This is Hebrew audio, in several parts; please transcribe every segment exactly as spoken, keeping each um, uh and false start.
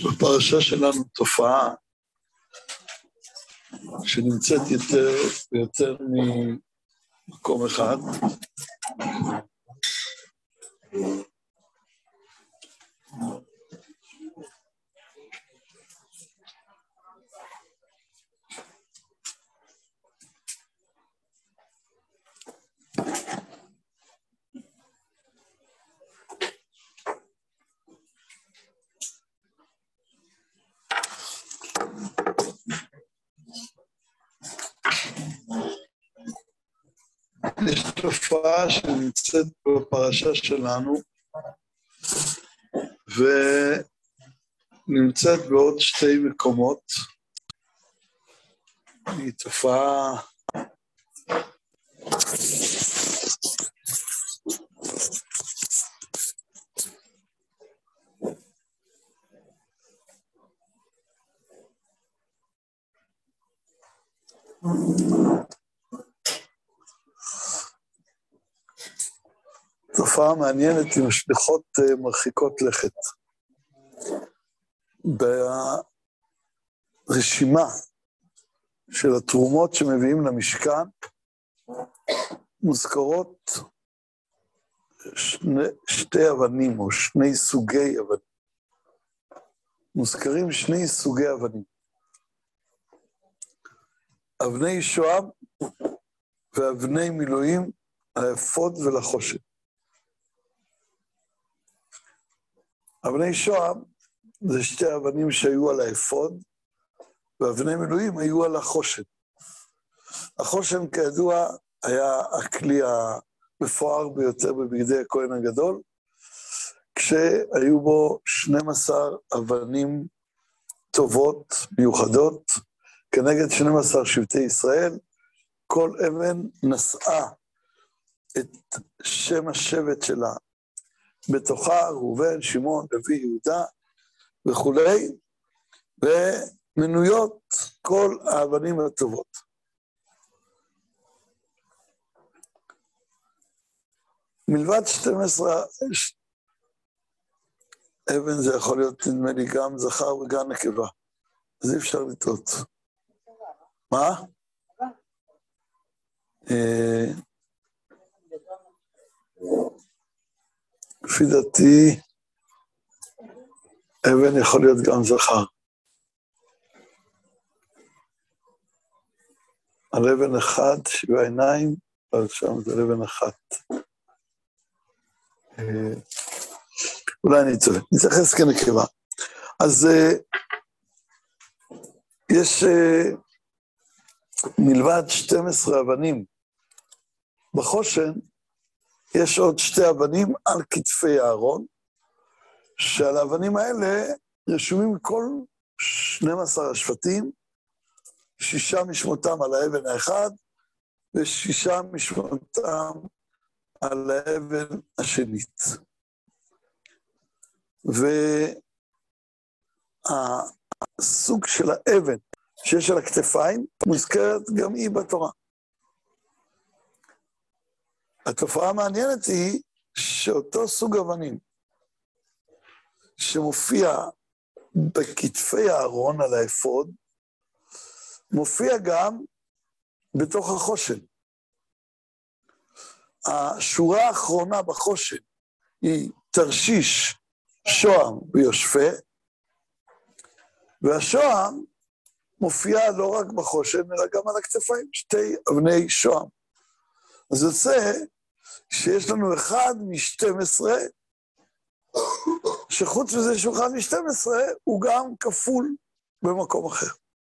יש בפרשה שלנו תופעה שנמצאת יותר ויותר ממקום אחד, יש תופעה שנמצאת בפרשה שלנו, ונמצאת בעוד שתי מקומות. היא תופעה תופעה מעניינת עם השלכות מרחיקות לכת. ברשימה של התרומות שמביאים למשכן, מוזכרות שני, שתי אבנים או שני סוגי אבנים. מוזכרים שני סוגי אבנים. אבני שוהם ואבני מילואים, האפוד ולחושן. אבני שוהם זה שתי אבנים שהיו על האפוד, ואבני מילואים היו על החושן. החושן כידוע היה הכלי המפואר ביותר בבגדי הכהן הגדול, כשהיו בו שנים עשר אבנים טובות, מיוחדות, כנגד שנים עשר שבטי ישראל. כל אבן נשאה את שם השבט שלה, בתוכה ראובן, שמעון, לוי, יהודה וכולי, ומנויות כל האבנים הטובות. מלבד שתים עשרה אבן, זה יכול להיות נדמה לי גם זכר וגם נקבה, אז אי אפשר לטעות. מה? לפי דעתי, אבן יכול להיות גם זכר. על אבן אחד, שבע עיניים, אבל שם זה אבן אחת. אולי אני טועה, נתייחס כנקבה. אז יש מלבד שתים עשרה אבנים בחושן, יש עוד שתי אבנים על כתפי הארון, שעל האבנים האלה רשומים כל שנים עשר השבטים, שישה משמותם על האבן האחד, ושישה משמותם על האבן השנית. והסוג של האבן שיש על הכתפיים, מוזכרת גם היא בתורה. התופעה המעניינת היא שאותו סוג אבנים שמופיע בכתפי הארון על האפוד, מופיע גם בתוך החושן. השורה האחרונה בחושן היא תרשיש, שוהם ויושפה, והשוהם מופיע לא רק בחושן, אלא גם על הכתפיים, שתי אבני שוהם. אז יוצא שיש לנו אחד משתים עשרה, שחוץ מזה שהוא אחד משתים עשרה, הוא גם כפול במקום אחר.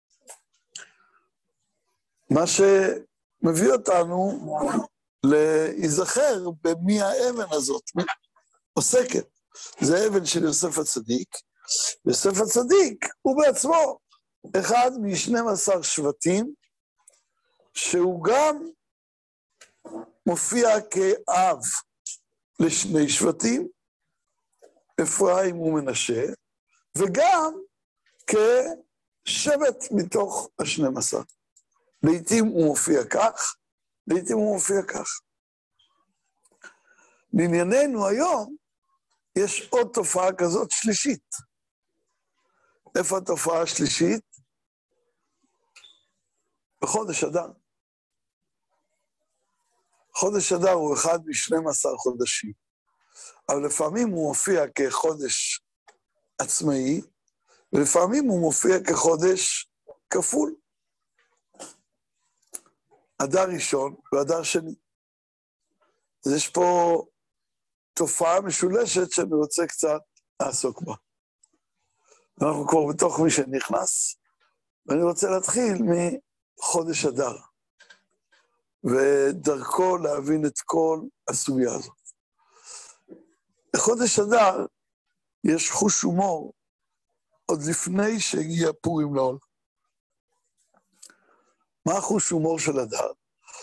מה שמביא אותנו להיזכר במי האבן הזאת עוסקת. זה אבן של יוסף הצדיק, ויוסף הצדיק הוא בעצמו אחד מ-שנים עשר שבטים, שהוא גם מופיע כאב לשני שבטים, אפרים ומנשה, וגם כשבט מתוך השנים עשר. לעתים הוא מופיע כך, לעתים הוא מופיע כך. לענייננו היום, יש עוד תופעה כזאת שלישית. איפה התופעה השלישית? בחודש אדר. חודש אדר הוא אחד מ-שנים עשר חודשים, אבל לפעמים הוא מופיע כחודש עצמאי, ולפעמים הוא מופיע כחודש כפול. אדר ראשון ואדר שני. אז יש פה תופעה משולשת שאני רוצה קצת לעסוק בה. אנחנו כבר בתוך מי שנכנס, ואני רוצה להתחיל מחודש אדר, ודרכו להבין את כל הסוגיה הזאת. בחודש אדר יש חוש הומור עוד לפני שהגיע פורים לעולם. מה החוש הומור של אדר?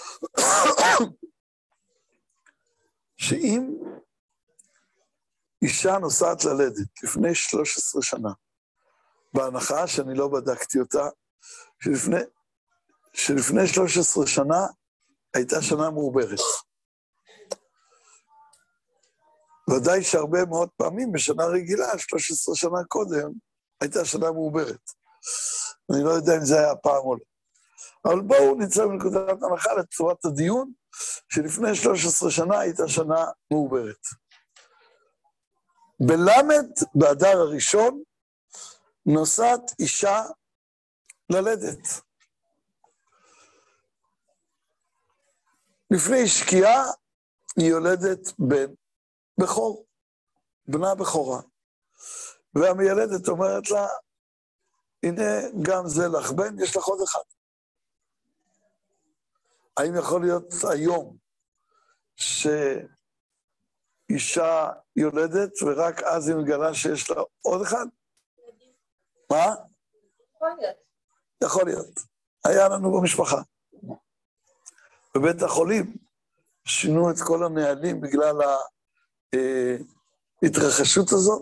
שאם אישה נוסעת ללדת לפני שלוש עשרה שנה, בהנחה שאני לא בדקתי אותה, שלפני, שלפני שלוש עשרה שנה הייתה שנה מעוברת. ודאי שהרבה מאוד פעמים בשנה רגילה, שלוש עשרה שנה קודם, הייתה שנה מעוברת. אני לא יודע אם זה היה הפעם או לא. אבל בואו נצא מנקודת הנחה לצורת הדיון, שלפני שלוש עשרה שנה הייתה שנה מעוברת. בלמד, באדר הראשון, נוסעת אישה ללדת. לפני שקיעה היא יולדת בן בכור, בנה בכורה. והמיילדת אומרת לה, הנה גם זה לך בן, יש לך עוד אחד. האם יכול להיות היום שאישה יולדת ורק אז היא מגלה שיש לה עוד אחד? מה? יכול להיות. יכול להיות. היה לנו במשפחה. בבית החולים שינו את כל הנהלים בגלל ההתרחשות הזאת,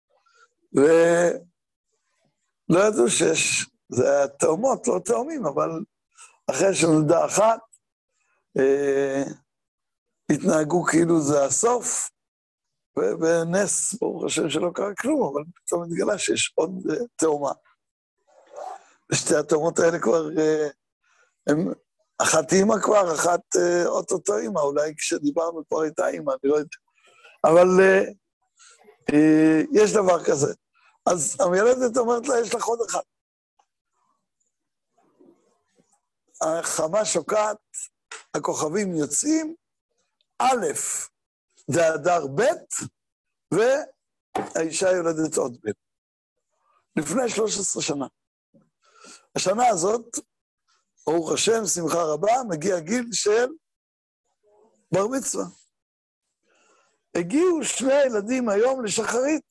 ולא ידעו שיש, זה היה תאומות, לא תאומים, אבל אחרי שנולדה אחת, אה, התנהגו כאילו זה הסוף, ובנס, ברוך השם שלא קרה כלום, אבל פתאום התגלה שיש עוד אה, תאומה. ושתי התאומות האלה כבר, אה, הם, אחת אימא כבר, אחת אה, אוטוטו אימא, אולי כשדיברנו כבר הייתה אימא, אני לא יודע. אבל אה, אה, יש דבר כזה. אז המיילדת אומרת לה, יש לך עוד אחד. החמה שוקעת, הכוכבים יוצאים, א', זה אדר ב', והאישה יולדת עוד ב'. לפני שלוש עשרה שנה. השנה הזאת, ברוך השם, שמחה רבה, מגיע גיל של בר מצווה. הגיעו שני הילדים היום לשחרית.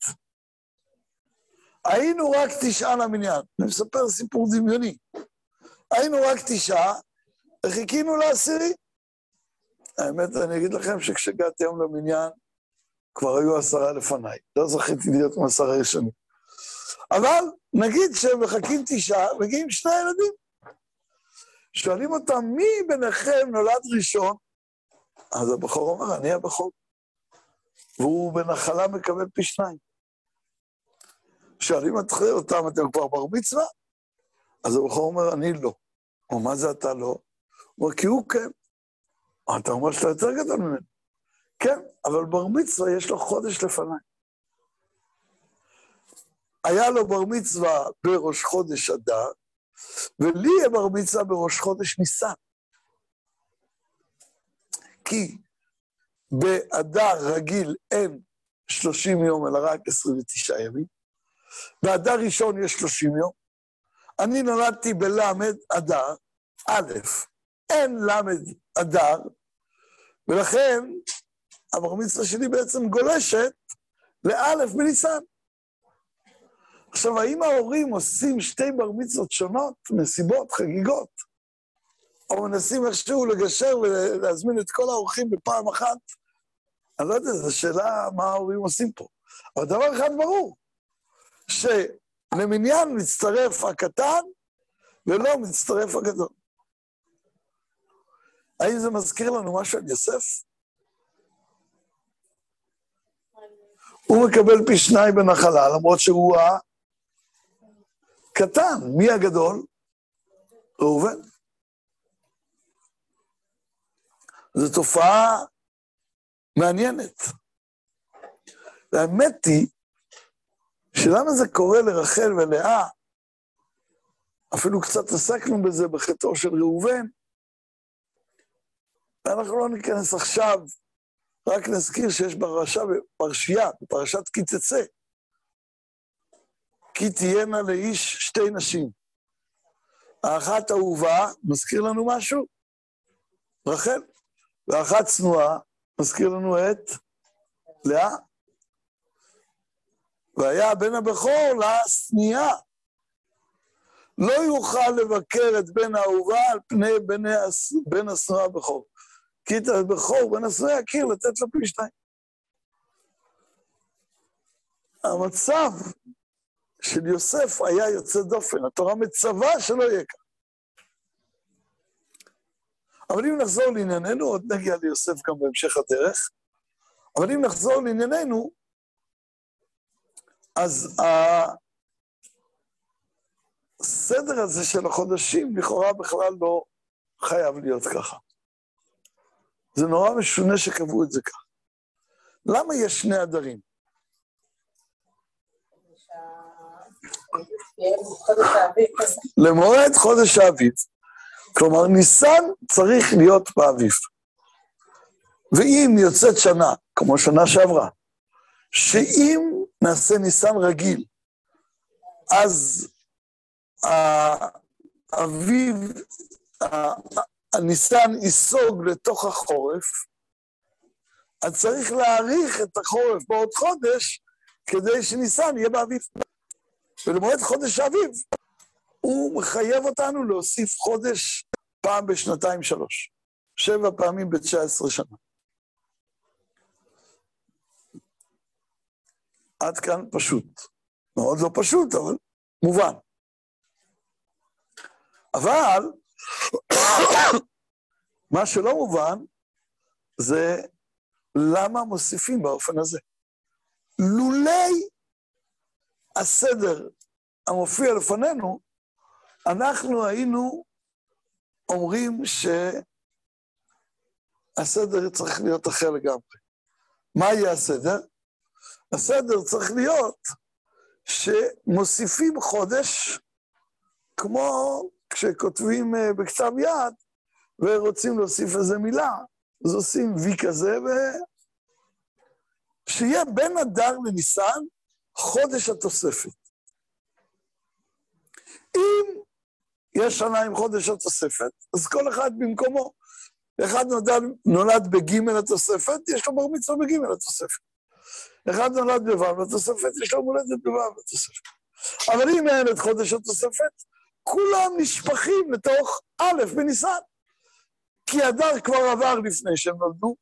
היינו רק תשעה למניין. אני מספר סיפור דמיוני. היינו רק תשעה, וחיכינו לעשירי. האמת, אני אגיד לכם שכשהגעתי היום למניין, כבר היו עשרה לפניי. לא זכיתי להיות מעשרה ראשונים. אבל נגיד שהם מחכים תשעה, מגיעים שני ילדים. שואלים אותם, מי ביניכם נולד ראשון? אז הבחור אומר, אני הבחור. והוא בנחלה מקבל פי שניים. שואלים אותם, אתם כבר בר מצווה? אז הבחור אומר, אני לא. או מה זה אתה לא? הוא אומר, כי הוא כן. אתה אומר שאתה יותר גדול ממנו. כן, אבל בר מצווה יש לו חודש לפניי. היה לו בר מצווה בראש חודש אדר, ולי יהיה בר מצווה בראש חודש ניסן. כי באדר רגיל אין שלושים יום, אלא רק עשרים ותשעה ימים. באדר ראשון יש שלושים יום. אני נולדתי בלמד אדר, א', אין למד אדר, ולכן הבר מצווה שלי בעצם גולשת לאלף בניסן. עכשיו, האם ההורים עושים שתי בר מצוות שונות, מסיבות, חגיגות, או מנסים איכשהו לגשר ולהזמין את כל האורחים בפעם אחת? אני לא יודע, זו שאלה מה ההורים עושים פה. אבל דבר אחד ברור, שלמניין מצטרף הקטן, ולא מצטרף הגדול. האם זה מזכיר לנו משהו על יוסף? הוא מקבל פי שניים בנחלה, למרות שהוא ה... קטן. מי הגדול? ראובן. זו תופעה מעניינת. והאמת היא, שלמה זה קורה לרחל ולאה, אפילו קצת עסקנו בזה בחטאו של ראובן, ואנחנו לא ניכנס עכשיו, רק נזכיר שיש בפרשה, בפרשייה, בפרשת כי תצא, כי תהיינה לאיש שתי נשים. האחת אהובה, מזכיר לנו משהו? רחל. והאחת צנועה, מזכיר לנו את לאה. והיה בן הבכור לשנייה. לא יוכל לבקר את בן האהובה על פני בן השנואה הבכור. כי את הבכור בן השנואה יכיר לתת לו פי שתיים. המצב של יוסף היה יוצא דופן. התורה מצווה שלא יהיה כך. אבל אם נחזור לענייננו, עוד נגיע ליוסף גם בהמשך הדרך, אבל אם נחזור לענייננו, אז הסדר הזה של החודשים לכאורה בכלל לא חייב להיות ככה. זה נורא משונה שקבעו את זה ככה. למה יש שני הדרים? למועד חודש האביב. כלומר, ניסן צריך להיות באביב. ואם יוצאת שנה, כמו שנה שעברה, שאם נעשה ניסן רגיל, אז האביב, הניסן ייסוג לתוך החורף, אז צריך להאריך את החורף בעוד חודש, כדי שניסן יהיה באביב. ולמועד חודש האביב, הוא מחייב אותנו להוסיף חודש פעם בשנתיים שלוש. שבע פעמים ב-תשע עשרה שנה. עד כאן פשוט. מאוד לא פשוט, אבל מובן. אבל, מה שלא מובן, זה למה מוסיפים באופן הזה. לולי הסדר המופיע לפנינו, אנחנו היינו אומרים שהסדר צריך להיות אחר לגמרי. מה יהיה הסדר? הסדר צריך להיות שמוסיפים חודש, כמו כשכותבים בכתב יד, ורוצים להוסיף איזה מילה, אז עושים וי כזה, ושיהיה בין אדר לניסן חודש התוספת. אם יש שנה עם חודש התוספת, אז כל אחד במקומו. אחד נולד, נולד בגימל התוספת, יש לו בר מצווה בגימל התוספת. אחד נולד בו' לתוספת, יש לו מולדת בו' לתוספת. אבל אם אין את חודש התוספת, כולם נשפכים לתוך א' בניסן. כי הדר כבר עבר לפני שהם נולדו,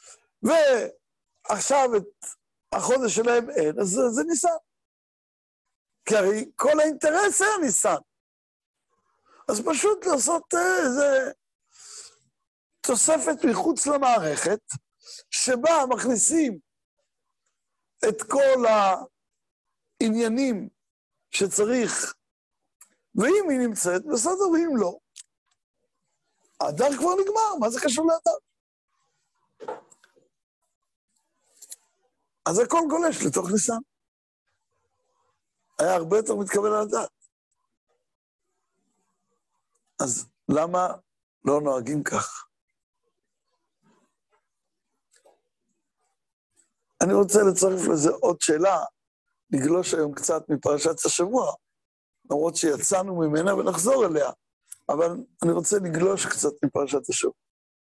ועכשיו את החודש שלהם אין, אז זה, זה ניסן. כי הרי כל האינטרס היה ניסן. אז פשוט לעשות איזה תוספת מחוץ למערכת, שבה מכניסים את כל העניינים שצריך, ואם היא נמצאת, בסדר, ואם לא, האדר כבר נגמר, מה זה קשור לאדר? אז הכל גולש לתוך ניסן. היה הרבה יותר מתקבל על הדעת. אז למה לא נוהגים כך? אני רוצה לצרף לזה עוד שאלה, לגלוש היום קצת מפרשת השבוע, למרות שיצאנו ממנה ונחזור אליה, אבל אני רוצה לגלוש קצת מפרשת השבוע.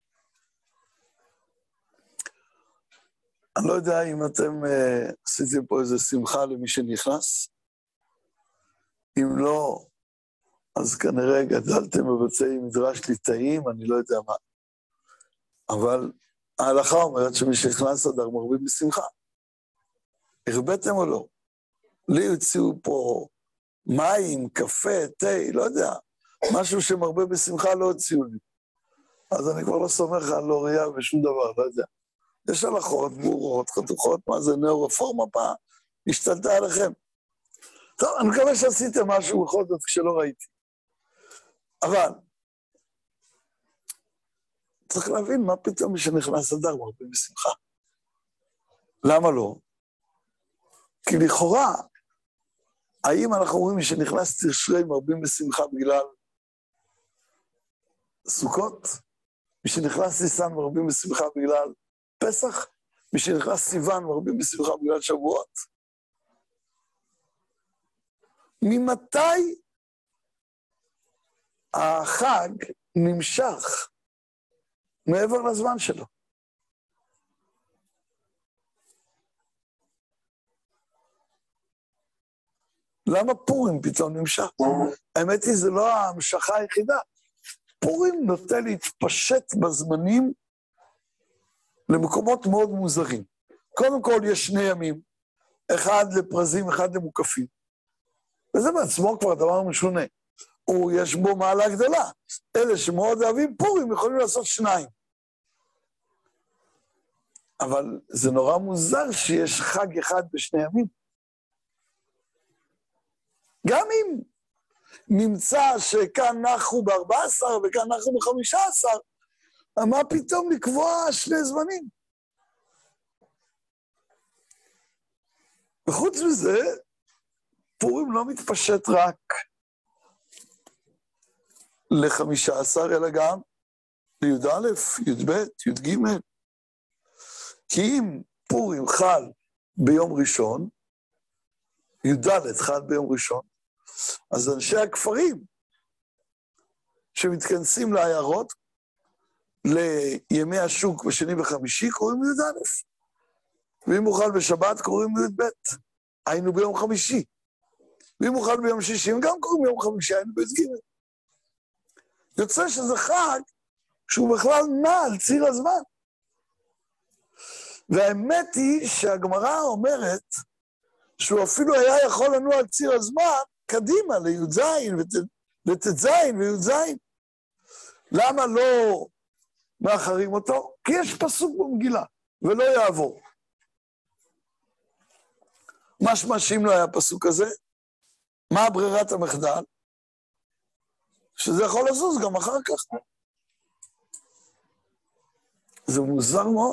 אני לא יודע אם אתם uh, עשיתם פה איזו שמחה למי שנכנס, אם לא, אז כנראה גדלתם בבצעי מדרש ליטאים, אני לא יודע מה. אבל ההלכה אומרת שמי שנכנס אדר מרבים בשמחה. הרבאתם או לא? לי הציעו פה מים, קפה, תה, לא יודע, משהו שמרבה בשמחה לא הציעו לי. אז אני כבר לא סומך על לא ראייה ושום דבר, לא יודע. יש הלכות, ברורות, חתוכות, מה זה נאו-רפורמה פעם, השתלטה עליכם. טוב, אני מקווה שעשיתם משהו בכל זאת כשלא ראיתי. אבל, צריך להבין מה פתאום מי שנכנס אדר מרבים בשמחה. למה לא? כי לכאורה, האם אנחנו אומרים מי שנכנס תשרי מרבים בשמחה בגלל סוכות? מי שנכנס ניסן מרבים בשמחה בגלל פסח? מי שנכנס סיוון מרבים בשמחה בגלל שבועות? ממתי החג נמשך מעבר לזמן שלו? למה פורים פתאום נמשך? האמת היא, זה לא ההמשכה היחידה. פורים נוטה להתפשט בזמנים למקומות מאוד מוזרים. קודם כל יש שני ימים, אחד לפרזים, אחד למוקפים. וזה בעצמו כבר דבר משונה. או יש בו מעלה גדולה. אלה שמאוד אוהבים פורים יכולים לעשות שניים. אבל זה נורא מוזר שיש חג אחד בשני ימים. גם אם נמצא שכאן נחו ב-ארבע עשרה וכאן נחו ב-חמישה עשר, מה פתאום לקבוע שני זמנים? וחוץ מזה, פורים לא מתפשט רק ל-חמישה עשר, אלא גם ל-י"א, י"ב, י"ג. כי אם פורים חל ביום ראשון, י"ד חל ביום ראשון, אז אנשי הכפרים שמתכנסים לעיירות, לימי השוק בשני וחמישי, קוראים י"א. ואם הוא חל בשבת, קוראים י"ב. היינו ביום חמישי. ואם הוא חל ביום שישי, הם גם קוראים ביום חמישי, היינו בי"ג. יוצא שזה חג שהוא בכלל נע על ציר הזמן. והאמת היא שהגמרא אומרת שהוא אפילו היה יכול לנוע על ציר הזמן קדימה לי"ז וט"ז וי"ז. למה לא מאחרים אותו? כי יש פסוק במגילה, ולא יעבור. משמע שאם לא היה פסוק כזה, מה ברירת המחדל? שזה יכול לזוז גם אחר כך. זה מוזר מאוד.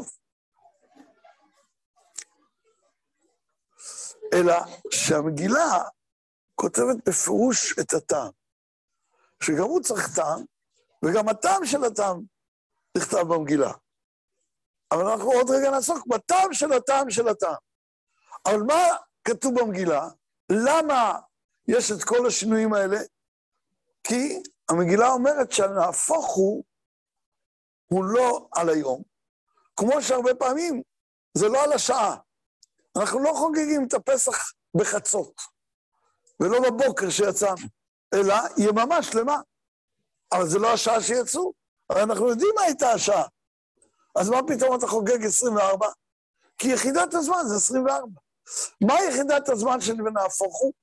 אלא שהמגילה כותבת בפירוש את הטעם. שגם הוא צריך טעם, וגם הטעם של הטעם נכתב במגילה. אבל אנחנו עוד רגע נעסוק בטעם של הטעם של הטעם. אבל מה כתוב במגילה? למה יש את כל השינויים האלה? כי המגילה אומרת שהנהפוך הוא, הוא לא על היום. כמו שהרבה פעמים זה לא על השעה. אנחנו לא חוגגים את הפסח בחצות, ולא בבוקר שיצאנו, אלא יממה שלמה. אבל זה לא השעה שיצאו, אבל אנחנו יודעים מה הייתה השעה. אז מה פתאום אתה חוגג עשרים וארבע? כי יחידת הזמן זה עשרים וארבע. מה יחידת הזמן שלי ונהפוך הוא?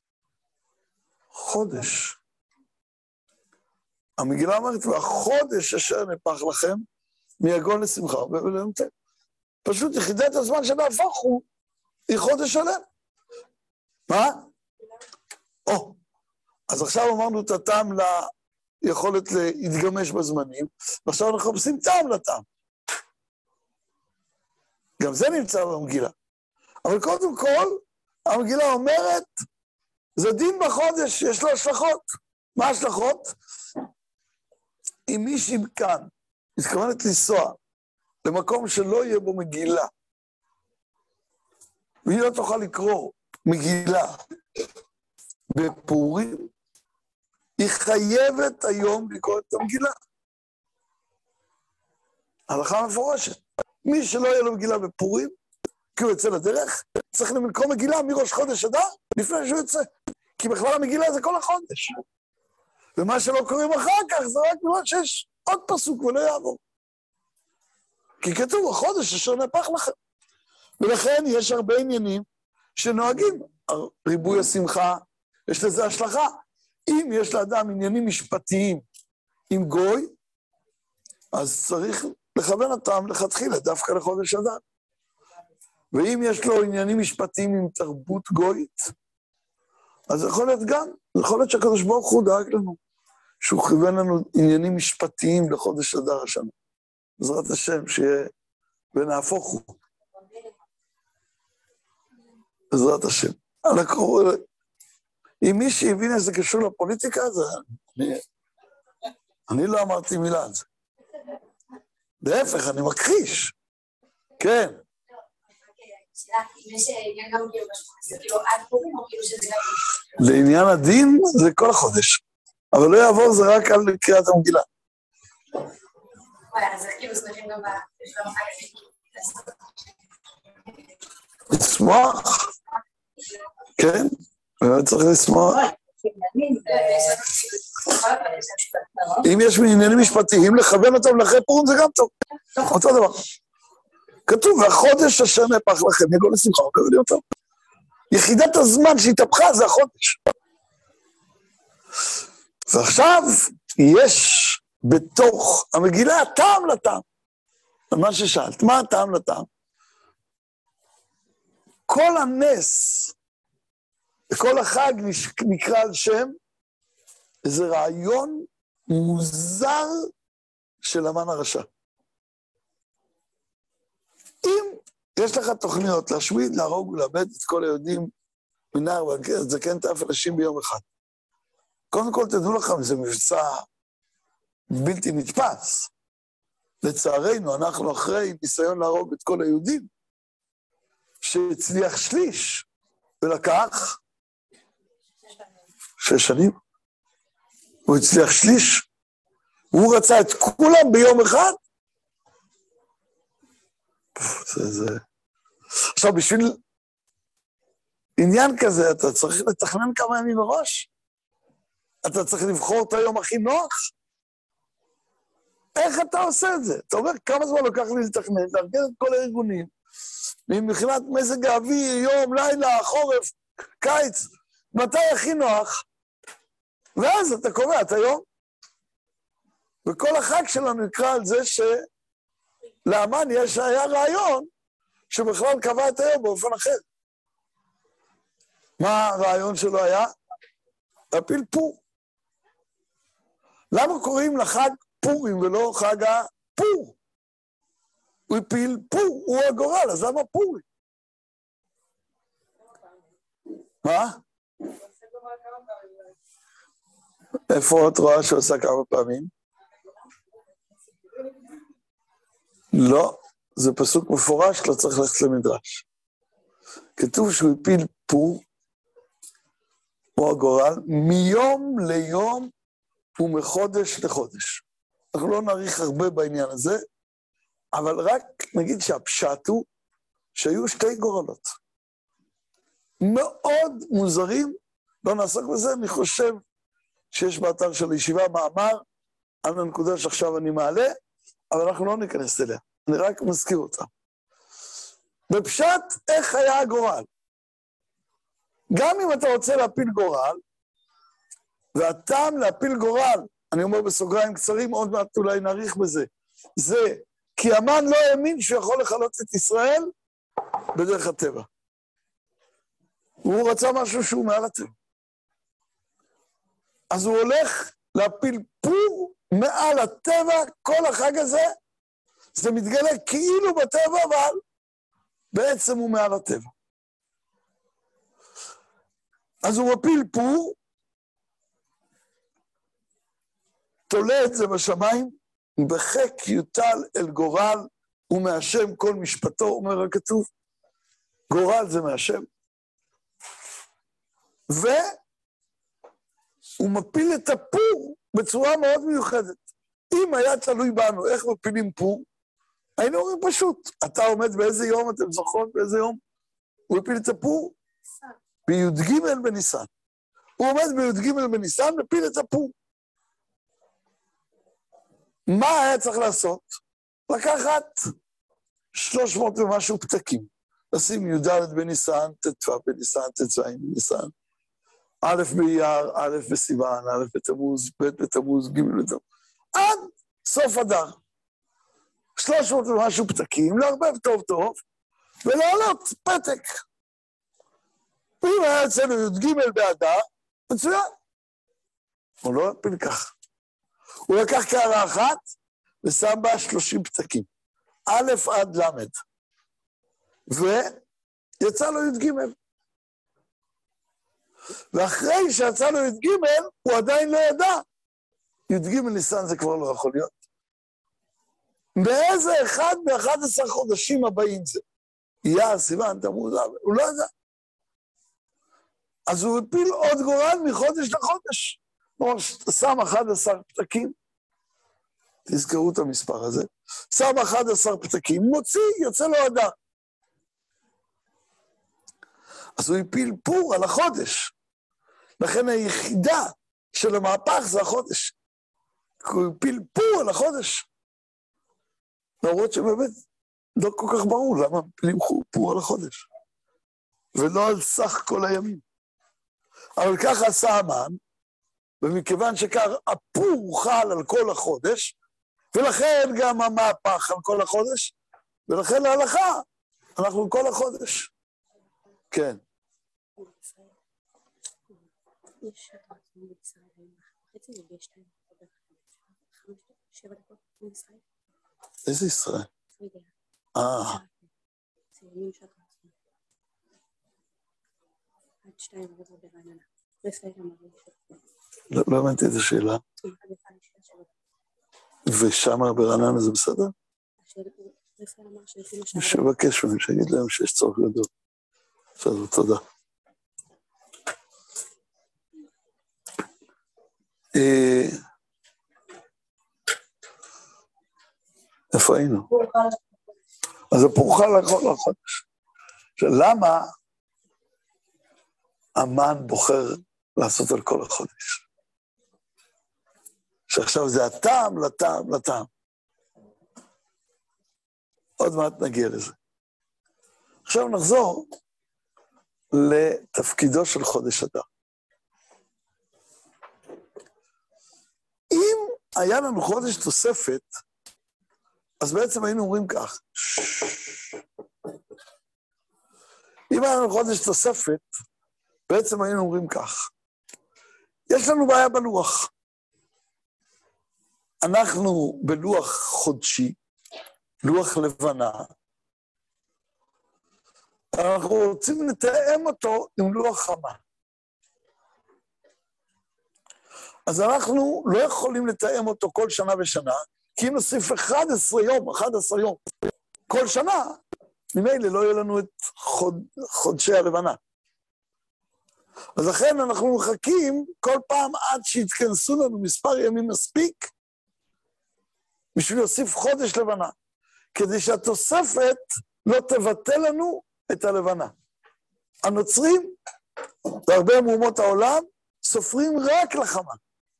חודש. המגילה אומרת, והחודש אשר נפח לכם, מיגון לשמחה ולמתן. פשוט יחידת הזמן שנהפוך הוא, היא חודש שלם. מה? או, אז עכשיו אמרנו את הטעם ליכולת להתגמש בזמנים, ועכשיו אנחנו עושים טעם לטעם. גם זה נמצא במגילה. אבל קודם כל, המגילה אומרת, זה דין בחודש, יש לו השלכות. מה השלכות? אם מישהי כאן מתכוונת לנסוע למקום שלא יהיה בו מגילה, והיא לא תוכל לקרוא מגילה בפורים, היא חייבת היום לקרוא את המגילה. הלכה מפורשת. מי שלא יהיה לו מגילה בפורים, כי הוא יוצא לדרך, צריך למקום מגילה מראש חודש אדר, לפני שהוא יוצא. כי בכלל המגילה זה כל החודש. ומה שלא קוראים אחר כך זה רק בגלל שיש עוד פסוק ולא יעבור. כי כתוב, החודש אשר נהפך לכם. ולכן יש הרבה עניינים שנוהגים. ריבוי השמחה, יש לזה השלכה. אם יש לאדם עניינים משפטיים עם גוי, אז צריך לכוון אותם לכתחילה, דווקא לחודש אדר. ואם יש לו עניינים משפטיים עם תרבות גוית, אז יכול להיות גם, יכול להיות שהקדוש ברוך הוא דאג לנו, שהוא כיוון לנו עניינים משפטיים לחודש אדר השנה. בעזרת השם, שיהיה ונהפוך הוא. בעזרת השם. אם מי שהבין איזה קשור לפוליטיקה, זה... אני, אני לא אמרתי מילה על זה. להפך, אני מכחיש. כן. לעניין הדין זה כל החודש, אבל לא יעבור זה רק על קריאת המגילה. לשמוח, כן, באמת צריך לשמוח. אם יש עניינים משפטיים, לכוון אותם לאחרי פורים זה גם טוב, אותו דבר. כתוב, והחודש אשר נהפך לכם, יגאל לשמחה, וכבד אותו. יחידת הזמן שהתהפכה זה החודש. ועכשיו יש בתוך המגילה טעם לטעם. מה ששאלת, מה הטעם לטעם? כל הנס, כל החג נקרא על שם, איזה רעיון מוזר של המן הרשע. אם יש לך תוכניות להשמיד, להרוג ולאבד את כל היהודים מנער ועד זקן טף אנשים ביום אחד, קודם כל תדעו לכם, זה מבצע בלתי נתפס. לצערנו, אנחנו אחרי ניסיון להרוג את כל היהודים, שהצליח שליש, ולקח שש שנים. הוא הצליח שליש, והוא רצה את כולם ביום אחד. זה, זה... עכשיו, בשביל עניין כזה, אתה צריך לתכנן כמה ימים מראש. אתה צריך לבחור את היום הכי נוח. איך אתה עושה את זה? אתה אומר, כמה זמן לוקח לי לתכנן, לארגן את כל הארגונים, מבחינת מזג האוויר, יום, לילה, חורף, קיץ, מתי הכי נוח? ואז אתה קובע את היום. וכל החג שלנו נקרא על זה שלאמן יש, היה רעיון שבכלל קבע את היום באופן אחר. מה הרעיון שלו היה? להפיל פור. למה קוראים לחג פורים ולא חג הפור? הוא הפיל פור, הוא הגורל, אז למה פורים? מה? איפה את רואה שהוא עושה כמה פעמים? לא, זה פסוק מפורש, לא צריך ללכת למדרש. כתוב שהוא הפיל פור, הוא הגורל, מיום ליום ומחודש לחודש. אנחנו לא נאריך הרבה בעניין הזה, אבל רק נגיד שהפשט הוא שהיו שתי גורלות. מאוד מוזרים, לא נעסוק בזה, אני חושב שיש באתר של הישיבה מאמר על הנקודה שעכשיו אני מעלה, אבל אנחנו לא ניכנס אליה, אני רק מזכיר אותה. בפשט, איך היה הגורל? גם אם אתה רוצה להפיל גורל, והטעם להפיל גורל, אני אומר בסוגריים קצרים, עוד מעט אולי נאריך בזה, זה כי המן לא האמין שהוא יכול לחלות את ישראל בדרך הטבע. הוא רצה משהו שהוא מעל הטבע. אז הוא הולך להפיל פור מעל הטבע, כל החג הזה, זה מתגלה כאילו בטבע, אבל בעצם הוא מעל הטבע. אז הוא מפיל פור, תולה את זה בשמיים, בחק יוטל אל גורל, ומהשם כל משפטו, אומר הכתוב, גורל זה מהשם. והוא מפיל את הפור בצורה מאוד מיוחדת. אם היה תלוי בנו, איך מפילים פור? היינו אומרים פשוט, אתה עומד באיזה יום, אתם זוכרות באיזה יום? הוא מפיל את הפור? בי"ג בניסן. הוא עומד בי"ג בניסן, מפיל את הפור. מה היה צריך לעשות? לקחת שלוש מאות ומשהו פתקים. לשים י"ד בניסן, ט"ו בניסן, ט"ז בניסן, א' באייר, א' בסיוון, א' בתמוז, ב' בתמוז, ג' בתמוז, עד סוף אדר. שלוש מאות ומשהו פתקים, לערבב טוב טוב, ולעלות פתק. אם היה אצלנו י"ג באדר, מצוין. הוא לא הפיל כך. הוא לקח קערה אחת ושם בה שלושים פתקים. א' עד למד. ויצא לו י"ג. ואחרי שיצא לו י"ג, הוא עדיין לא ידע. י"ג ניסן זה כבר לא יכול להיות. באיזה אחד מ-אחד עשר חודשים הבאים זה? אייר, סיוון, תמוז, הוא לא ידע. אז הוא הפיל עוד גורל מחודש לחודש. כלומר, שם אחד עשר פתקים, תזכרו את המספר הזה, שם אחד עשר פתקים, מוציא, יוצא לו אדר. אז הוא הפיל פור על החודש. לכן היחידה של המהפך זה החודש. הוא הפיל פור על החודש. למרות שבאמת לא כל כך ברור למה מפילים פור על החודש. ולא על סך כל הימים. אבל ככה עשה המן, ומכיוון שכך הפור חל על כל החודש, ולכן גם המהפך על כל החודש, ולכן להלכה, אנחנו כל החודש. כן. איזה ישראל? אה. לא הבנתי את השאלה. ושם ברעננה זה בסדר? שבקש מהם, שיגיד להם שיש צורך גדול. בסדר, תודה. איפה היינו? אז הפור חל על כל החודש. למה המן בוחר לעשות על כל החודש? שעכשיו זה הטעם, לטעם, לטעם. עוד מעט נגיע לזה. עכשיו נחזור לתפקידו של חודש אדר. אם היה לנו חודש תוספת, אז בעצם היינו אומרים כך. אם היה לנו חודש תוספת, בעצם היינו אומרים כך. יש לנו בעיה בלוח. אנחנו בלוח חודשי, לוח לבנה, אנחנו רוצים לתאם אותו עם לוח חמה. אז אנחנו לא יכולים לתאם אותו כל שנה ושנה, כי אם נוסיף אחד עשר יום, אחד עשר יום, כל שנה, ממילא לא יהיה לנו את חוד, חודשי הלבנה. אז לכן אנחנו מחכים כל פעם עד שיתכנסו לנו מספר ימים מספיק, בשביל להוסיף חודש לבנה, כדי שהתוספת לא תבטל לנו את הלבנה. הנוצרים, בהרבה מאומות העולם, סופרים רק לחמה.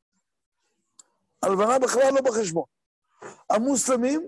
הלבנה בכלל לא בחשבון. המוסלמים,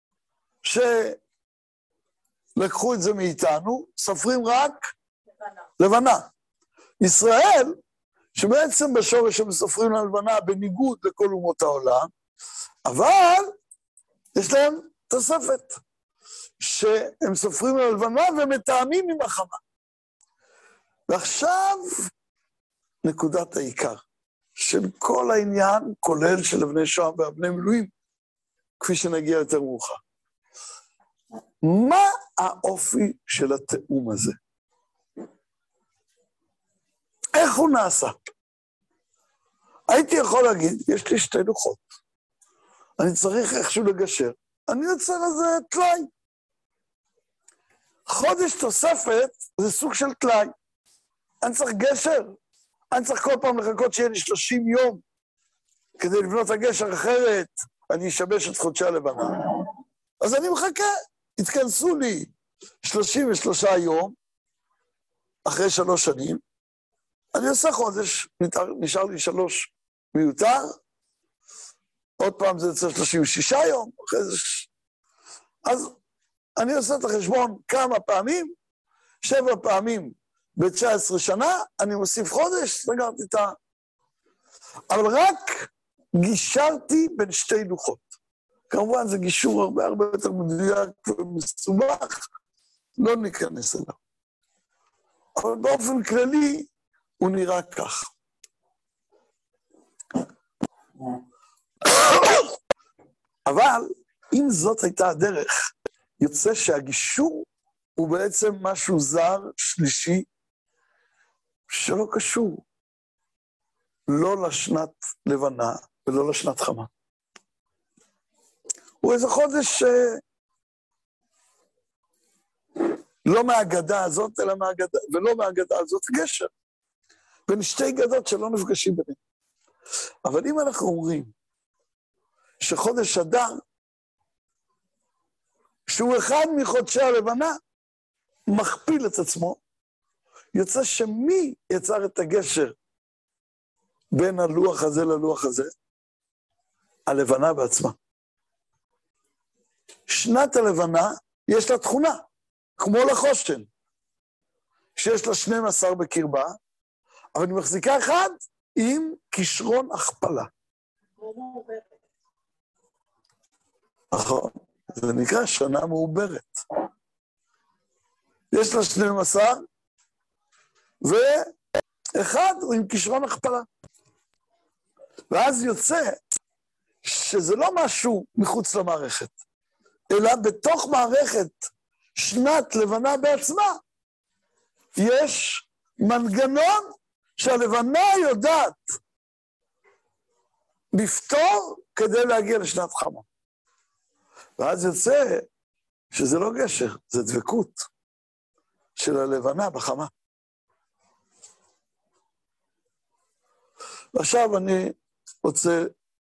שלקחו את זה מאיתנו, סופרים רק לבנה. לבנה. ישראל, שבעצם בשורש הם סופרים ללבנה בניגוד לכל אומות העולם, אבל יש להם תוספת, שהם סופרים ללבנה ומתאמים עם החמה. ועכשיו נקודת העיקר של כל העניין, כולל של אבני שוהם ואבני מילואים, כפי שנגיע יותר מאוחר. מה האופי של התאום הזה? איך הוא נעשה? הייתי יכול להגיד, יש לי שתי לוחות. אני צריך איכשהו לגשר. אני יוצר איזה תלאי. חודש תוספת זה סוג של תלאי. אני צריך גשר. אני צריך כל פעם לחכות שיהיה לי שלושים יום כדי לבנות הגשר, אחרת אני אשבש את חודשי הלבנה. אז אני מחכה. התכנסו לי שלושים ושלושה יום, אחרי שלוש שנים, אני עושה חודש, נשאר לי שלוש מיותר, עוד פעם זה יוצא שלושים ושישה יום, אחרי זה... אז אני עושה את החשבון כמה פעמים, שבע פעמים ב-תשע עשרה שנה, אני מוסיף חודש, סגרתי את ה... אבל רק גישרתי בין שתי לוחות. כמובן זה גישור הרבה הרבה יותר מדויק ומסובך, לא ניכנס אליו. אבל באופן כללי הוא נראה כך. אבל אם זאת הייתה הדרך, יוצא שהגישור הוא בעצם משהו זר, שלישי, שלא קשור לא לשנת לבנה ולא לשנת חמה. הוא איזה חודש לא מהגדה הזאת, אלא מהגדה, ולא מהגדה הזאת, גשר. בין שתי גדות שלא נפגשים ביניהם. אבל אם אנחנו אומרים שחודש אדר, שהוא אחד מחודשי הלבנה, מכפיל את עצמו, יוצא שמי יצר את הגשר בין הלוח הזה ללוח הזה? הלבנה בעצמה. שנת הלבנה יש לה תכונה, כמו לחושן, שיש לה שנים עשר בקרבה, אבל היא מחזיקה אחד עם כישרון הכפלה. נכון, זה נקרא שנה מעוברת. יש לה שנים עשר, ואחד הוא עם כישרון הכפלה. ואז יוצא שזה לא משהו מחוץ למערכת, אלא בתוך מערכת שנת לבנה בעצמה, יש מנגנון שהלבנה יודעת לפתור כדי להגיע לשנת חמה. ואז יוצא שזה לא גשר, זה דבקות של הלבנה בחמה. ועכשיו אני רוצה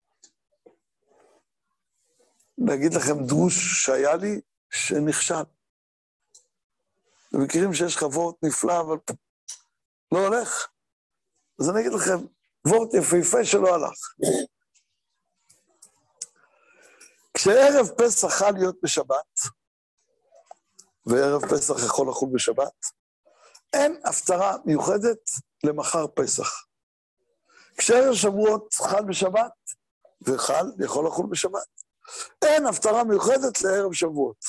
להגיד לכם דרוש שהיה לי שנכשל. אתם מכירים שיש לך וורט נפלא, אבל לא הולך. אז אני אגיד לכם, וורט יפהפה שלא הלך. כשערב פסח חל להיות בשבת, וערב פסח יכול לחול בשבת, אין הפטרה מיוחדת למחר פסח. כשערב שבועות חל בשבת, וחל יכול לחול בשבת, אין הפטרה מיוחדת לערב שבועות.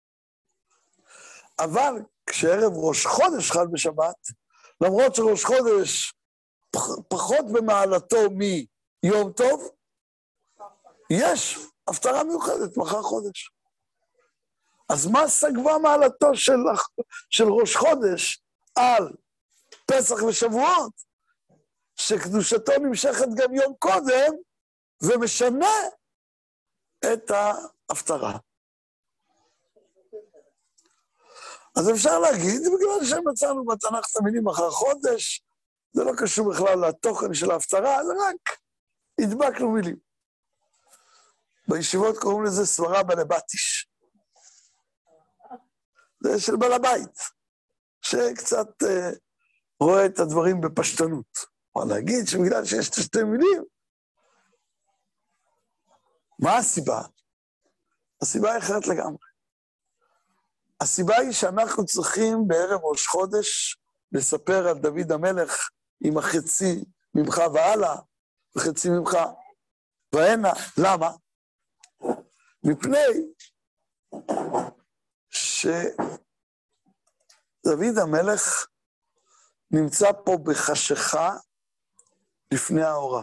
אבל כשערב ראש חודש חל בשבת, למרות שראש חודש פחות במעלתו מיום טוב, יש הפטרה מיוחדת מחר חודש. אז מה סגבה מעלתו של, של ראש חודש על פסח ושבועות, שקדושתו נמשכת גם יום קודם, ומשנה את ההפטרה. אז אפשר להגיד, בגלל שמצאנו בתנ"ך את המילים אחר חודש, זה לא קשור בכלל לתוכן של ההפטרה, זה רק הדבקנו מילים. בישיבות קוראים לזה סברה בלבטיש. זה של בעל הבית, שקצת אה, רואה את הדברים בפשטנות. או להגיד שבגלל שיש את שתי מילים, מה הסיבה? הסיבה היא אחרת לגמרי. הסיבה היא שאנחנו צריכים בערב ראש חודש לספר על דוד המלך עם החצי ממך והלאה, וחצי ממך והנה. למה? מפני שדוד המלך נמצא פה בחשיכה לפני האורה.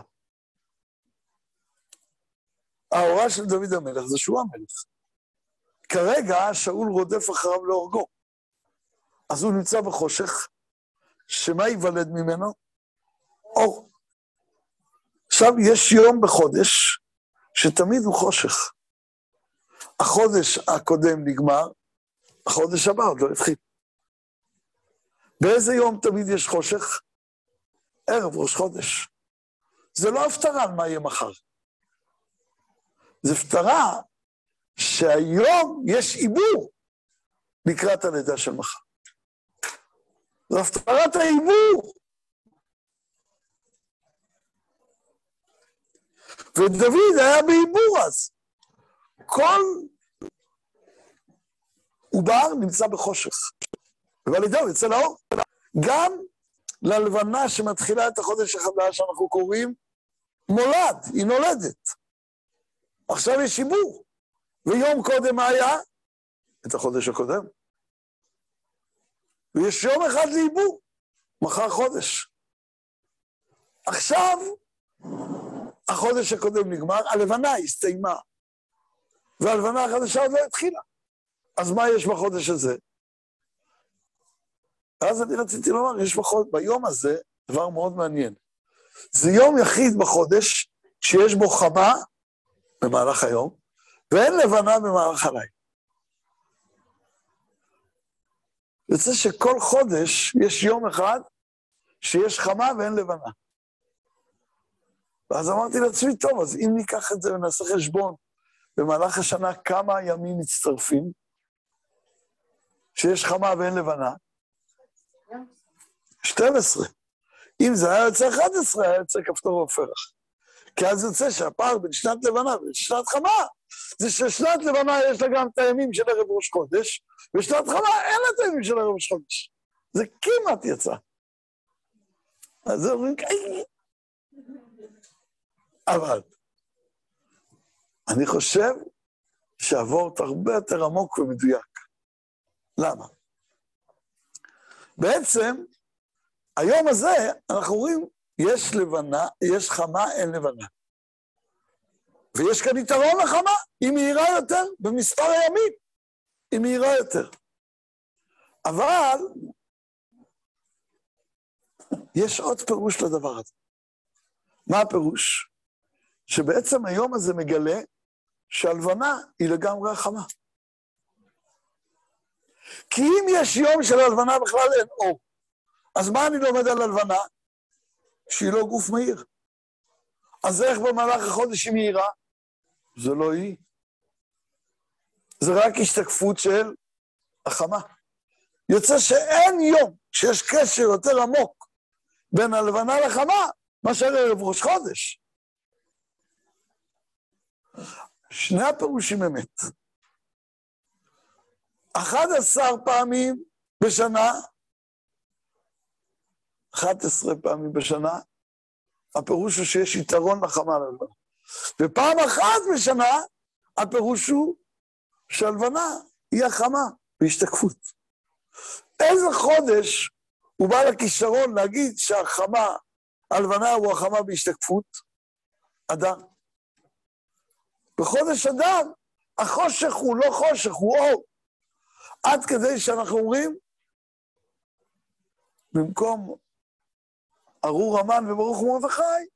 האורה של דוד המלך זה שהוא המלך. כרגע שאול רודף אחריו להורגו. אז הוא נמצא בחושך, שמה ייוולד ממנו? אור. עכשיו יש יום בחודש שתמיד הוא חושך. החודש הקודם נגמר, החודש הבא עוד לא התחיל. באיזה יום תמיד יש חושך? ערב ראש חודש. זה לא הפטרה על מה יהיה מחר. זה הפטרה שהיום יש עיבור לקראת הלידה של מחר. זה הפטרת העיבור. ודוד היה בעיבור אז. כל עובר נמצא בחושך. ובלידה הוא יצא לאור. גם ללבנה שמתחילה את החודש החדש שאנחנו קוראים מולד, היא נולדת. עכשיו יש עיבור. ויום קודם מה היה? את החודש הקודם. ויש יום אחד לעיבור. מחר חודש. עכשיו, החודש הקודם נגמר, הלבנה הסתיימה, והלבנה החדשה עוד לא התחילה. אז מה יש בחודש הזה? אז אני רציתי לומר, יש בחודש, ביום הזה דבר מאוד מעניין. זה יום יחיד בחודש שיש בו חמה במהלך היום, ואין לבנה במהלך הלילה. יוצא שכל חודש יש יום אחד שיש חמה ואין לבנה. ואז אמרתי לעצמי, טוב, אז אם ניקח את זה ונעשה חשבון, במהלך השנה כמה ימים מצטרפים, שיש חמה ואין לבנה? שתים עשרה. אם זה היה יוצא אחת עשרה, היה יוצא כפתור ופרח. כי אז יוצא שהפער בין שנת לבנה ושנת חמה, זה ששנת לבנה יש לה גם את הימים של ערב ראש חודש, ושנת חמה אין לה את הימים של ערב ראש חודש. זה כמעט יצא. אז זה אומרים, אבל אני חושב שהוורט הרבה יותר עמוק ומדויק. למה? בעצם, היום הזה אנחנו רואים, יש לבנה, יש חמה, אין לבנה. ויש כאן יתרון לחמה, היא מהירה יותר במספר הימים, היא מהירה יותר. אבל יש עוד פירוש לדבר הזה. מה הפירוש? שבעצם היום הזה מגלה שהלבנה היא לגמרי החמה. כי אם יש יום של הלבנה בכלל אין אור, אז מה אני לומד על הלבנה? שהיא לא גוף מהיר. אז איך במהלך החודש היא מהירה? זה לא היא. זה רק השתקפות של החמה. יוצא שאין יום שיש קשר יותר עמוק בין הלבנה לחמה, מאשר ערב ראש חודש. שני הפירושים אמת. אחת עשר פעמים בשנה, אחת עשרה פעמים בשנה, הפירוש הוא שיש יתרון לחמה ללבנה. ופעם אחת בשנה, הפירוש הוא שהלבנה היא החמה בהשתקפות. איזה חודש הוא בא לכישרון להגיד שהחמה, הלבנה הוא החמה בהשתקפות? אדר. בחודש אדר, החושך הוא לא חושך, הוא אור. עד כדי שאנחנו אומרים, במקום ארור המן וברוך מרדכי,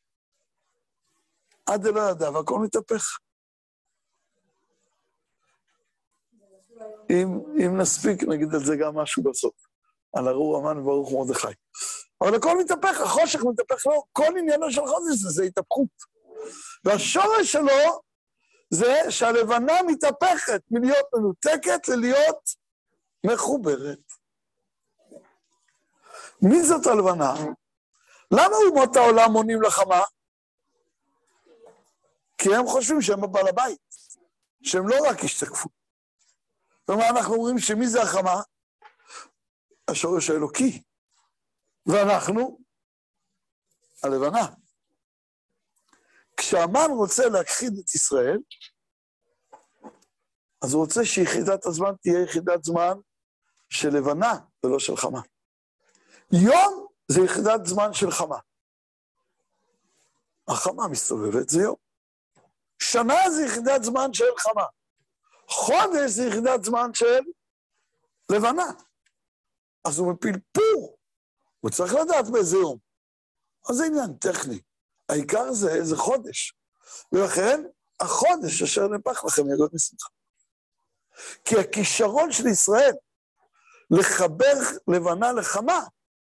עד אלא ידע, והכל מתהפך. אם, אם נספיק, נגיד על זה גם משהו בסוף, על ארור המן וברוך מרדכי. אבל הכל מתהפך, החושך מתהפך, לא, כל עניינו של חודש זה, זה התהפכות. והשורש שלו זה שהלבנה מתהפכת מלהיות מנותקת ללהיות מחוברת. מי זאת הלבנה? למה אומות העולם מונים לחמה? כי הם חושבים שהם הבעל הבית, שהם לא רק השתקפו. ומה אנחנו אומרים שמי זה החמה? השורש האלוקי. ואנחנו, הלבנה. כשהמן רוצה להכחיד את ישראל, אז הוא רוצה שיחידת הזמן תהיה יחידת זמן של לבנה ולא של חמה. יום זה יחידת זמן של חמה. החמה מסתובבת, זה יום. שנה זה יחידת זמן של חמה. חודש זה יחידת זמן של לבנה. אז הוא מפיל פור. הוא צריך לדעת באיזה יום. אז זה עניין טכני. העיקר זה איזה חודש. ולכן, החודש אשר נפח לכם יגוד משמחה. כי הכישרון של ישראל לחבר לבנה לחמה,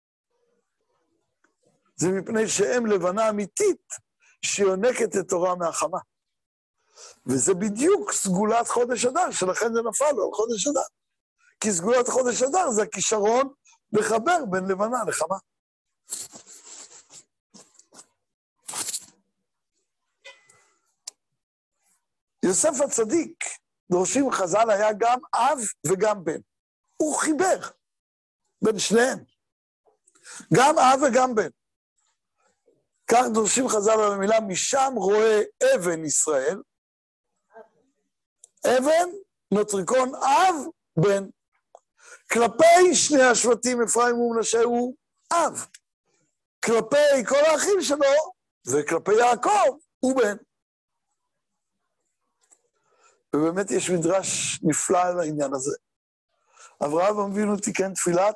זה מפני שהם לבנה אמיתית שיונקת את תורה מהחמה. וזה בדיוק סגולת חודש אדר, שלכן זה נפל לו על חודש אדר. כי סגולת חודש אדר זה הכישרון לחבר בין לבנה לחמה. יוסף הצדיק, דורשים חז"ל, היה גם אב וגם בן. הוא חיבר בין שניהם. גם אב וגם בן. כך דורשים חז"ל על המילה, משם רואה אבן ישראל, אבן נוטריקון אב בן. כלפי שני השבטים, אפרים ומנשה, הוא אב. כלפי כל האחים שלו, וכלפי יעקב, הוא בן. ובאמת יש מדרש נפלא על העניין הזה. אברהם אבינו תיקן תפילת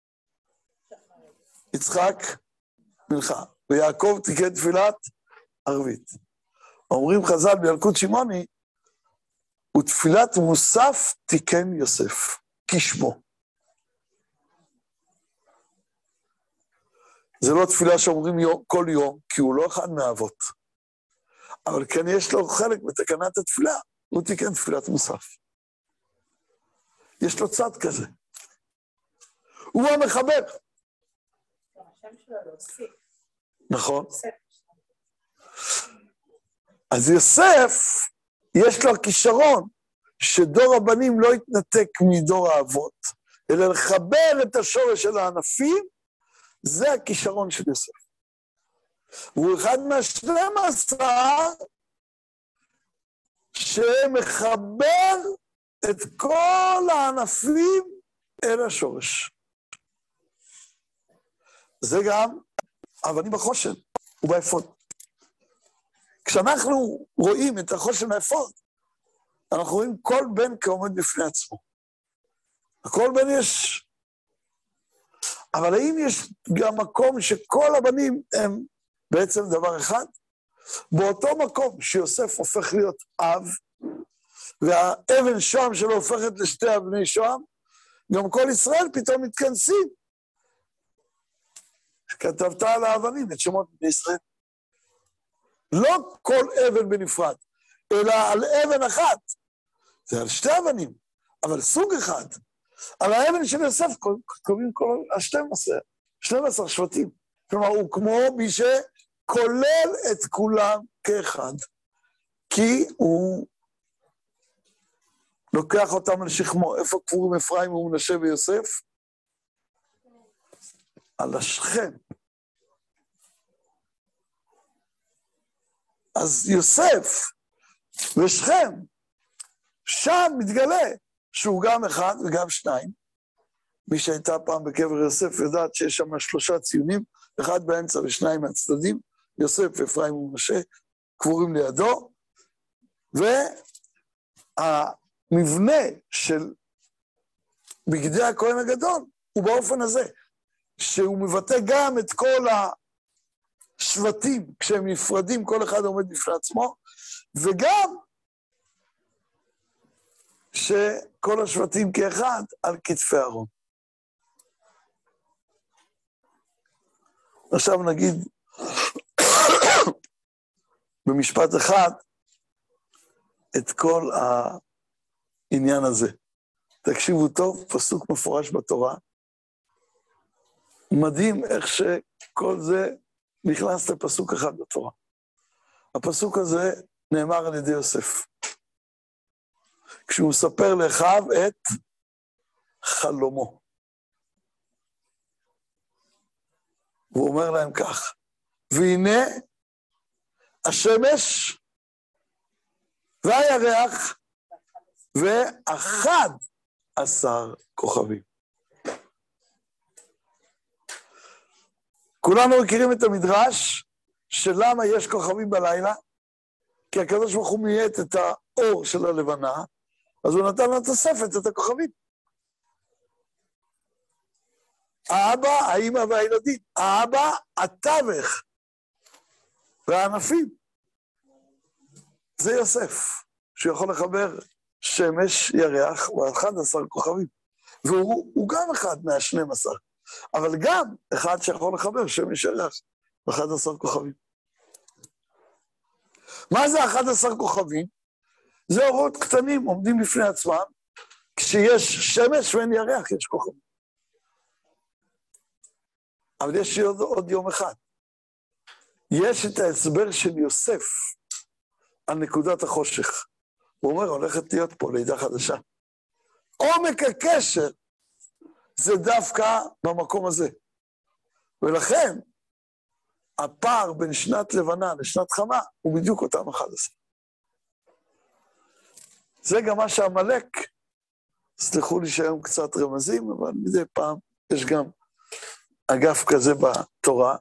יצחק מנחה, ויעקב תיקן תפילת ערבית. אומרים חז"ל בילקוט שמעוני, ותפילת מוסף תיקן יוסף, כשמו. זה לא תפילה שאומרים יום, כל יום, כי הוא לא אחד מהאבות. אבל כן יש לו חלק בתקנת התפילה, הוא תיקן תפילת מוסף. יש לו צד כזה. הוא המחבר. השם שלו להוסיף. נכון. אז יוסף, יש לו כישרון שדור הבנים לא יתנתק מדור האבות, אלא לחבר את השורש של הענפים, זה הכישרון של יוסף. הוא אחד מהשנים עשר שמחבר את כל הענפים אל השורש. זה גם אבנים בחושן ובאפוד. כשאנחנו רואים את החושן האפוד, אנחנו רואים כל בן כעומד בפני עצמו. הכל בן יש. אבל האם יש גם מקום שכל הבנים הם בעצם דבר אחד? באותו מקום שיוסף הופך להיות אב, והאבן שוהם שלו הופכת לשתי אבני שוהם, גם כל ישראל פתאום מתכנסים. כתבת על האבנים את שמות בני ישראל. לא כל אבן בנפרד, אלא על אבן אחת. זה על שתי אבנים, אבל סוג אחד. על האבן של יוסף קוראים כל ה-שתים עשרה, שנים עשר שבטים. כלומר, הוא כמו מי שכולל את כולם כאחד, כי הוא לוקח אותם על שכמו. איפה קבורים אפרים ומנשה ויוסף? על השכם. אז יוסף ושכם, שם מתגלה שהוא גם אחד וגם שניים. מי שהייתה פעם בקבר יוסף יודעת שיש שם שלושה ציונים, אחד באמצע ושניים מהצדדים, יוסף, אפרים ומנשה, קבורים לידו, והמבנה של בגדי הכהן הגדול הוא באופן הזה, שהוא מבטא גם את כל השבטים, כשהם נפרדים, כל אחד עומד בפני עצמו, וגם שכל השבטים כאחד על כתפי אהרון. עכשיו נגיד במשפט אחד את כל העניין הזה. תקשיבו טוב, פסוק מפורש בתורה. מדהים איך שכל זה נכנס לפסוק אחד בתורה. הפסוק הזה נאמר על ידי יוסף. כשהוא מספר לאחיו את חלומו. הוא אומר להם כך, והנה השמש והירח ואחד עשר כוכבים. כולנו מכירים את המדרש של למה יש כוכבים בלילה, כי הקדוש ברוך הוא מייעט את האור של הלבנה, אז הוא נתן לה תוספת את הכוכבים. האבא, האמא והילדים, האבא, התווך והענפים. זה יוסף, שיכול לחבר שמש, ירח ואחד עשר כוכבים. והוא גם אחד מהשנים עשר, אבל גם אחד שיכול לחבר שמש, ירח ואחד עשר כוכבים. מה זה אחד עשר כוכבים? זה אורות קטנים עומדים לפני עצמם, כשיש שמש ואין ירח יש כוכבים. אבל יש עוד, עוד יום אחד. יש את ההסבר של יוסף על נקודת החושך. הוא אומר, הולכת להיות פה לידה חדשה. עומק הקשר זה דווקא במקום הזה. ולכן, הפער בין שנת לבנה לשנת חמה הוא בדיוק אותם אחד עשר. זה גם מה שהמלאק, סליחו לי שהיום קצת רמזים, אבל מדי פעם יש גם אגף כזה בתורה,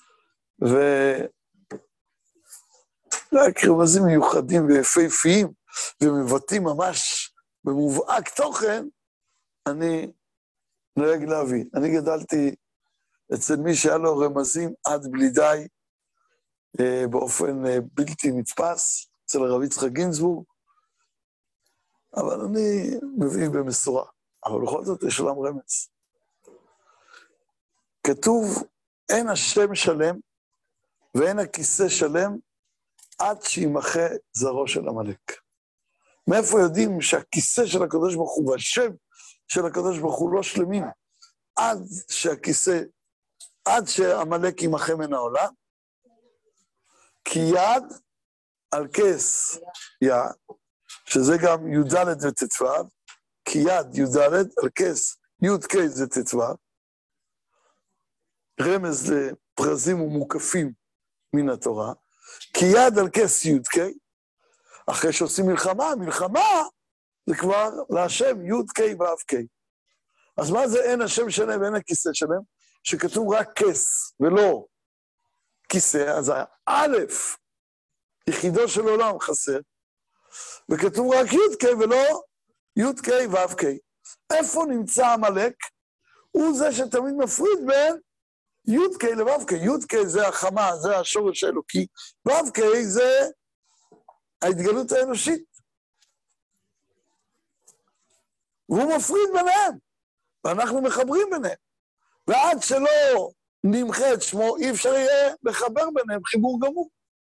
ורק רמזים מיוחדים ויפהפיים, ומבטאים ממש במובהק תוכן, אני נוהג להביא. אני גדלתי אצל מי שהיה לו רמזים עד בלי די, באופן בלתי נתפס, אצל הרב יצחק גינזבורג, אבל אני מביא במסורה. אבל בכל זאת יש עולם רמז. כתוב, אין השם שלם ואין הכיסא שלם עד שימחה זרעו של עמלק. מאיפה יודעים שהכיסא של הקדוש ברוך הוא והשם של הקדוש ברוך הוא לא שלמים עד שהכיסא, עד שעמלק ימחה מן העולם? כי יד על כס יד, שזה גם י"ד וט"ו, כי יד י"ד על כס י"ק זה ט"ו, רמז לפרזים ומוקפים מן התורה, כי יד על כס י"ק, אחרי שעושים מלחמה, מלחמה זה כבר להשם י"ק ו"ק. אז מה זה אין השם שלם ואין הכיסא שלם? שכתוב רק כס ולא כיסא, אז א', יחידו של עולם חסר, וכתוב רק י"ק ולא י"ק ו"ק. איפה נמצא עמלק? הוא זה שתמיד מפריד בין י"ק לו"ק. י"ק זה החמה, זה השורש האלוקי, ו"ק זה ההתגלות האנושית. והוא מפריד ביניהם, ואנחנו מחברים ביניהם. ועד שלא נמחה את שמו, אי אפשר יהיה לחבר ביניהם חיבור גמור.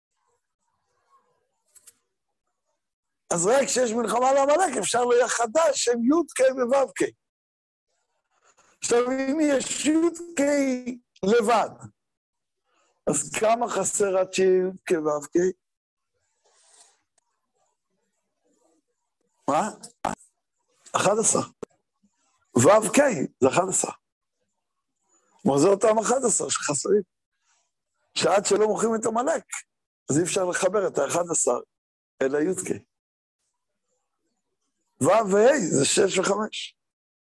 אז רק כשיש מלחמה לעמלק, אפשר ליחדה שהם י"ק ו"ק. עכשיו, אם יש י"ק לבד, אז כמה חסר עד שיהיה י"ק ו"ק? מה? אחת עשרה. ו"ק זה אחת עשרה. כלומר, זה אותם אחת עשרה שחסרים. שעד שלא מוכרים את עמלק, אז אי אפשר לחבר את ה-אחד עשר אל הי"ק. ו' וה' זה שש וחמש.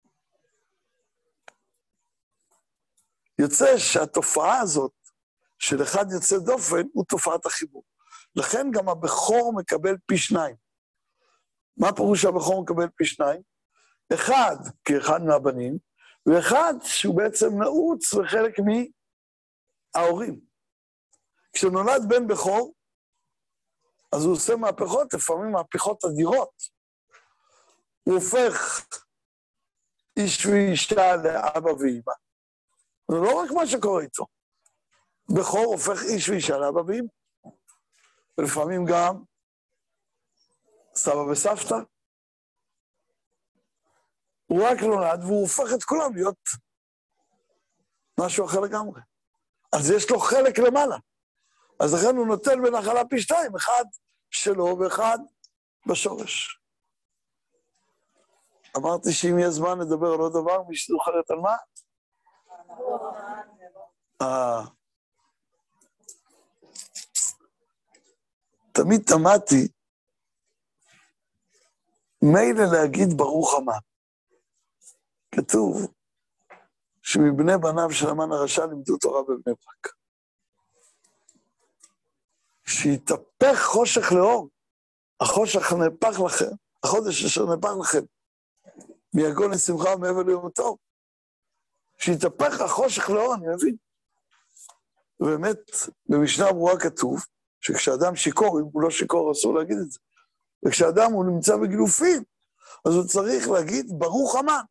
יוצא שהתופעה הזאת של אחד יוצא דופן הוא תופעת החיבור. לכן גם הבכור מקבל פי שניים. מה פירוש שהבכור מקבל פי שניים? אחד כאחד מהבנים, ואחד שהוא בעצם נעוץ וחלק מההורים. כשנולד בן בכור, אז הוא עושה מהפכות, לפעמים מהפכות אדירות. הוא הופך איש ואישה לאבא ואמא. זה לא רק מה שקורה איתו. בכור הופך איש ואישה לאבא ואמא. ולפעמים גם סבא וסבתא. הוא רק נולד והוא הופך את כולם להיות משהו אחר לגמרי. אז יש לו חלק למעלה. אז לכן הוא נותן בנחלה פי שתיים, אחד שלו ואחד בשורש. אמרתי שאם יהיה זמן לדבר על עוד דבר, מי שזוכרת על מה? אה. תמיד תמדתי, מילא להגיד ברוך המן. כתוב שמבני בניו של המן הרשע לימדו תורה בבני ברק. שיתהפך חושך לאור, החושך נהפך לכם, החודש אשר נהפך לכם, מיגון לשמחה ומעבר ליום טוב. שיתהפך החושך לאור, אני מבין. ובאמת, במשנה ברורה כתוב, שכשאדם שיקור, אם הוא לא שיקור, אסור להגיד את זה. וכשאדם הוא נמצא בגילופים, אז הוא צריך להגיד ברוך המן.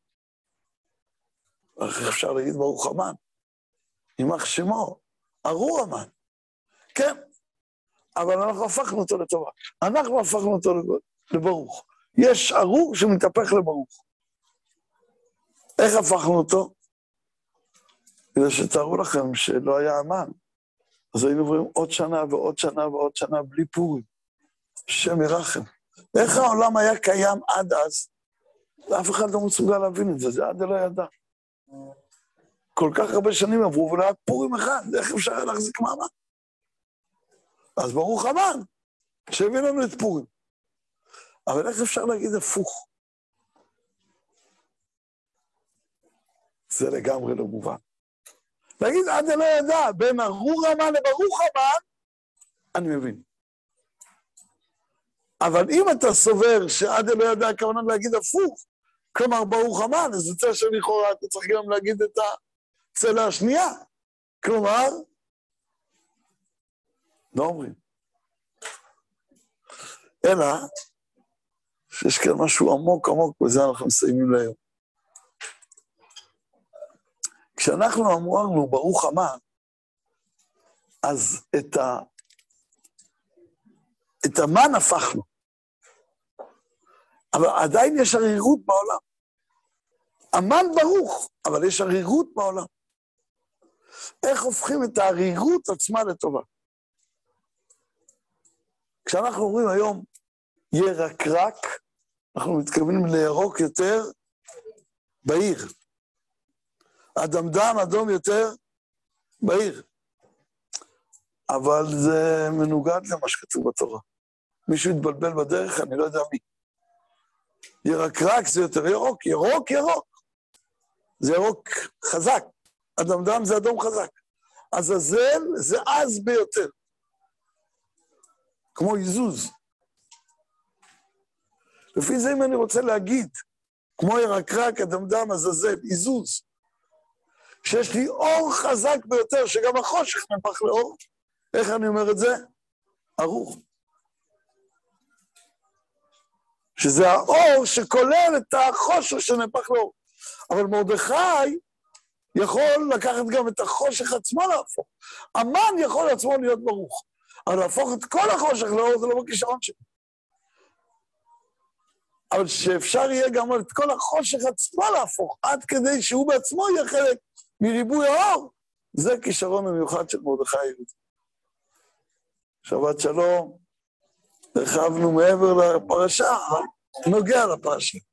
איך אפשר להגיד ברוך המן? יימח שמו, ארור המן. כן, אבל אנחנו הפכנו אותו לטובה. אנחנו הפכנו אותו לברוך. יש ארור שמתהפך לברוך. איך הפכנו אותו? כדי שתארו לכם שלא היה המן. אז היינו עוברים עוד שנה ועוד שנה ועוד שנה בלי פורים. השם ירחם. איך העולם היה קיים עד אז? אף אחד לא מסוגל להבין את זה, זה עד לא ידע. כל כך הרבה שנים עברו ולא היה פורים אחד, איך אפשר היה להחזיק מעמד? אז ברוך המן, שהביא לנו את פורים. אבל איך אפשר להגיד הפוך? זה לגמרי לא מובן. להגיד, עדה לא ידע, בין ארור המן לברוך המן, אני מבין. אבל אם אתה סובר שעדה לא ידע, הכוונה להגיד הפוך, כלומר, ברוך המן, אז יוצא שלכאורה אתה צריך גם להגיד את הצלע השנייה. כלומר, לא אומרים. אלא, שיש כאן משהו עמוק עמוק, וזה אנחנו מסיימים להיום. כשאנחנו אמרנו ברוך המן, אז את ה... את המן הפכנו. אבל עדיין יש ערירות בעולם. המן ברוך, אבל יש ערירות בעולם. איך הופכים את הערירות עצמה לטובה? כשאנחנו אומרים היום ירקרק, אנחנו מתכוונים לירוק יותר בעיר. אדמדם אדום יותר בעיר. אבל זה מנוגד למה שכתוב בתורה. מישהו יתבלבל בדרך, אני לא יודע מי. ירקרק זה יותר ירוק, ירוק ירוק. זה ירוק חזק. אדמדם זה אדום חזק. עזאזל זה עז ביותר. כמו איזוז. לפי זה אם אני רוצה להגיד, כמו ירקרק, אדמדם, עזאזל, איזוז, שיש לי אור חזק ביותר, שגם החושך נהפך לאור, איך אני אומר את זה? ערוך. שזה האור שכולל את החושך שנהפך לאור. אבל מרדכי יכול לקחת גם את החושך עצמו להפוך. המן יכול עצמו להיות ברוך. אבל להפוך את כל החושך לאור זה לא בכישרון שלי. אבל שאפשר יהיה גם את כל החושך עצמו להפוך, עד כדי שהוא בעצמו יהיה חלק מריבוי האור, זה כישרון המיוחד של מרדכי היהודי. שבת שלום, הרחבנו מעבר לפרשה, נוגע לפרשה.